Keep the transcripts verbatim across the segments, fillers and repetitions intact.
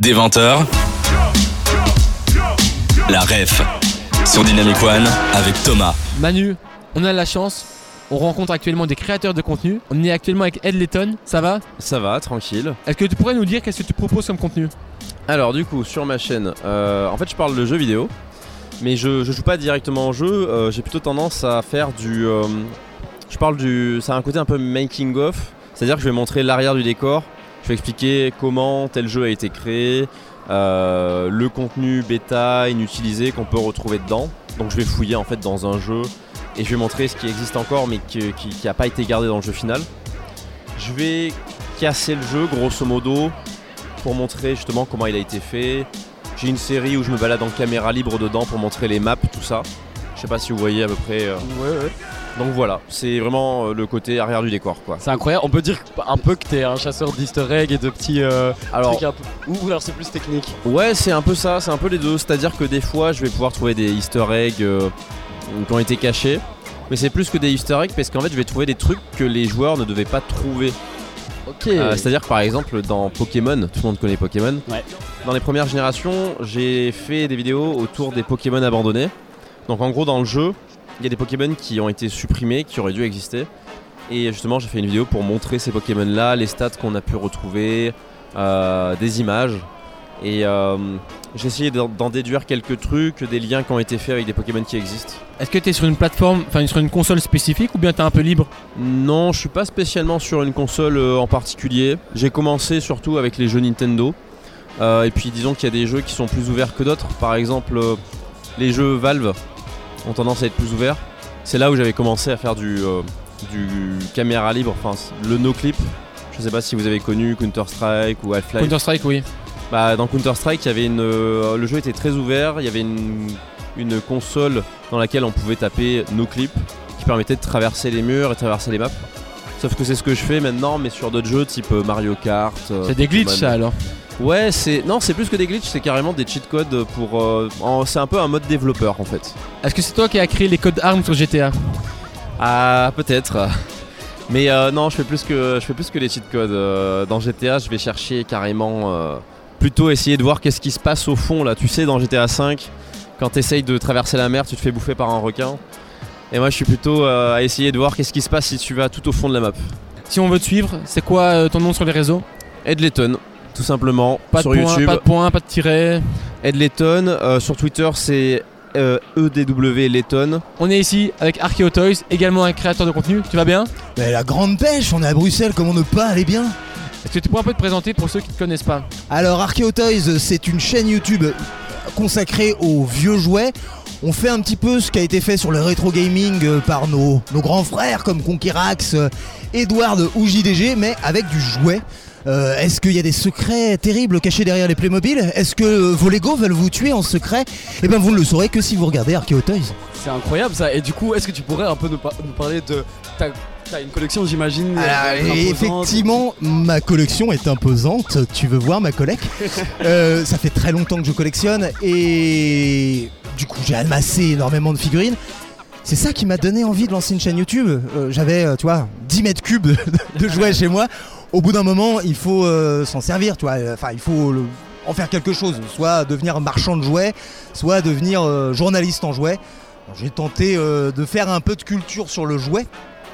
Dès vingt heures, la ref sur Dynamic One avec Thomas. Manu, on a la chance, on rencontre actuellement des créateurs de contenu. On est actuellement avec Ed Layton, ça va ? Ça va, tranquille. Est-ce que tu pourrais nous dire qu'est-ce que tu proposes comme contenu ? Alors du coup, sur ma chaîne, euh, en fait je parle de jeux vidéo, mais je, je joue pas directement au jeu, euh, j'ai plutôt tendance à faire du... Euh, je parle du... ça a un côté un peu making of, c'est-à-dire que je vais montrer l'arrière du décor, je vais expliquer comment tel jeu a été créé, euh, le contenu bêta, inutilisé qu'on peut retrouver dedans. Donc je vais fouiller en fait dans un jeu et je vais montrer ce qui existe encore mais qui n'a pas été gardé dans le jeu final. Je vais casser le jeu grosso modo pour montrer justement comment il a été fait. J'ai une série où je me balade en caméra libre dedans pour montrer les maps, tout ça. Je sais pas si vous voyez à peu près. Euh... Ouais, ouais. Donc voilà, c'est vraiment le côté arrière du décor quoi. C'est incroyable, on peut dire un peu que t'es un chasseur d'easter eggs et de petits euh, alors, trucs un peu... Ou alors c'est plus technique. Ouais, c'est un peu ça, c'est un peu les deux. C'est-à-dire que des fois je vais pouvoir trouver des easter eggs euh, qui ont été cachés. Mais c'est plus que des easter eggs parce qu'en fait je vais trouver des trucs que les joueurs ne devaient pas trouver. Ok. Euh, c'est-à-dire que par exemple dans Pokémon, tout le monde connaît Pokémon. Ouais. Dans les premières générations, j'ai fait des vidéos autour des Pokémon abandonnés. Donc en gros dans le jeu, il y a des Pokémon qui ont été supprimés, qui auraient dû exister. Et justement j'ai fait une vidéo pour montrer ces Pokémon là, les stats qu'on a pu retrouver, euh, des images. Et euh, j'ai essayé d'en déduire quelques trucs, des liens qui ont été faits avec des Pokémon qui existent. Est-ce que tu es sur une plateforme, enfin sur une console spécifique ou bien tu es un peu libre ? Non, je suis pas spécialement sur une console euh, en particulier. J'ai commencé surtout avec les jeux Nintendo. Euh, et puis disons qu'il y a des jeux qui sont plus ouverts que d'autres. Par exemple, euh, les jeux Valve ont tendance à être plus ouverts. C'est là où j'avais commencé à faire du, euh, du caméra libre, enfin le no-clip. Je sais pas si vous avez connu Counter-Strike ou Half-Life. Counter-Strike, oui. Bah, dans Counter-Strike, il y avait une, euh, le jeu était très ouvert, il y avait une, une console dans laquelle on pouvait taper no-clip qui permettait de traverser les murs et de traverser les maps. Sauf que c'est ce que je fais maintenant, mais sur d'autres jeux type Mario Kart. Euh, c'est des glitches ça alors ? Ouais, c'est non, c'est plus que des glitches, c'est carrément des cheat codes pour. Euh, en, c'est un peu un mode développeur en fait. Est-ce que c'est toi qui as créé les codes armes sur G T A ? Ah, peut-être. Mais euh, non, je fais plus que je fais plus que les cheat codes. Euh, dans G T A, je vais chercher carrément. Euh, plutôt essayer de voir qu'est-ce qui se passe au fond là. Tu sais, dans G T A cinq, quand tu essayes de traverser la mer, tu te fais bouffer par un requin. Et moi, je suis plutôt euh, à essayer de voir qu'est-ce qui se passe si tu vas tout au fond de la map. Si on veut te suivre, c'est quoi euh, ton nom sur les réseaux ? Ed Layton. Tout simplement, pas sur de point, YouTube. Pas de point, pas de tiret. Ed Layton, euh, sur Twitter c'est euh, E D W Layton. On est ici avec Archeo Toys, également un créateur de contenu. Tu vas bien ? Mais la grande pêche, on est à Bruxelles, comment ne pas aller bien ? Est-ce que tu pourrais un peu te présenter pour ceux qui ne te connaissent pas ? Alors Archeo Toys, c'est une chaîne YouTube consacrée aux vieux jouets. On fait un petit peu ce qui a été fait sur le rétro gaming par nos, nos grands frères comme Conquerax, Edward ou J D G, mais avec du jouet. Euh, est-ce qu'il y a des secrets terribles cachés derrière les Playmobil ? Est-ce que vos Lego veulent vous tuer en secret ? Eh bien vous ne le saurez que si vous regardez Archeo Toys. C'est incroyable ça, et du coup est-ce que tu pourrais un peu nous, par- nous parler de... Ta... T'as une collection j'imagine. Alors, effectivement, ma collection est imposante. Tu veux voir ma collègue ? euh, Ça fait très longtemps que je collectionne et du coup j'ai amassé énormément de figurines. C'est ça qui m'a donné envie de lancer une chaîne YouTube. Euh, j'avais, euh, tu vois, dix mètres cubes de, de jouets chez moi. Au bout d'un moment, il faut euh, s'en servir, tu vois. Enfin, il faut le, en faire quelque chose. Soit devenir marchand de jouets, soit devenir euh, journaliste en jouets. Alors, j'ai tenté euh, de faire un peu de culture sur le jouet.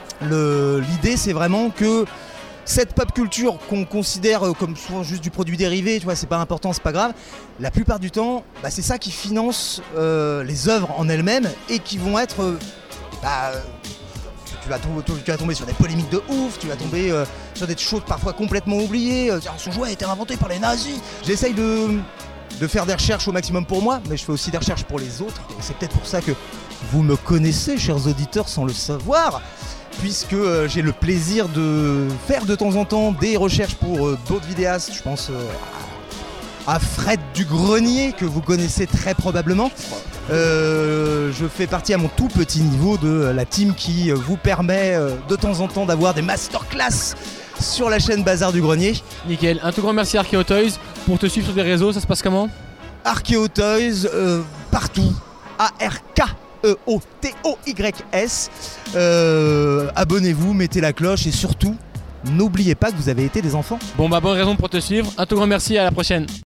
Le, l'idée, c'est vraiment que cette pop culture qu'on considère comme souvent juste du produit dérivé, tu vois, c'est pas important, c'est pas grave. La plupart du temps, bah, c'est ça qui finance euh, les œuvres en elles-mêmes et qui vont être... Euh, bah, tu, tu, vas tomber, tu vas tomber sur des polémiques de ouf, tu vas tomber euh, sur des choses parfois complètement oubliées. Euh, son jouet a été inventé par les nazis. J'essaye de, de faire des recherches au maximum pour moi, mais je fais aussi des recherches pour les autres. Et c'est peut-être pour ça que vous me connaissez, chers auditeurs, sans le savoir. Puisque euh, j'ai le plaisir de faire de temps en temps des recherches pour euh, d'autres vidéastes. Je pense euh, à Fred du Grenier, que vous connaissez très probablement. Euh, je fais partie à mon tout petit niveau de la team qui euh, vous permet euh, de temps en temps d'avoir des masterclass sur la chaîne Bazar du Grenier. Nickel, un tout grand merci Archeo Toys. Pour te suivre sur les réseaux, ça se passe comment ? Archeo Toys, euh, partout. A R K E O T O Y S. Euh, abonnez-vous, mettez la cloche et surtout, n'oubliez pas que vous avez été des enfants. Bon bah bonne raison pour te suivre. Un tout grand merci, à la prochaine.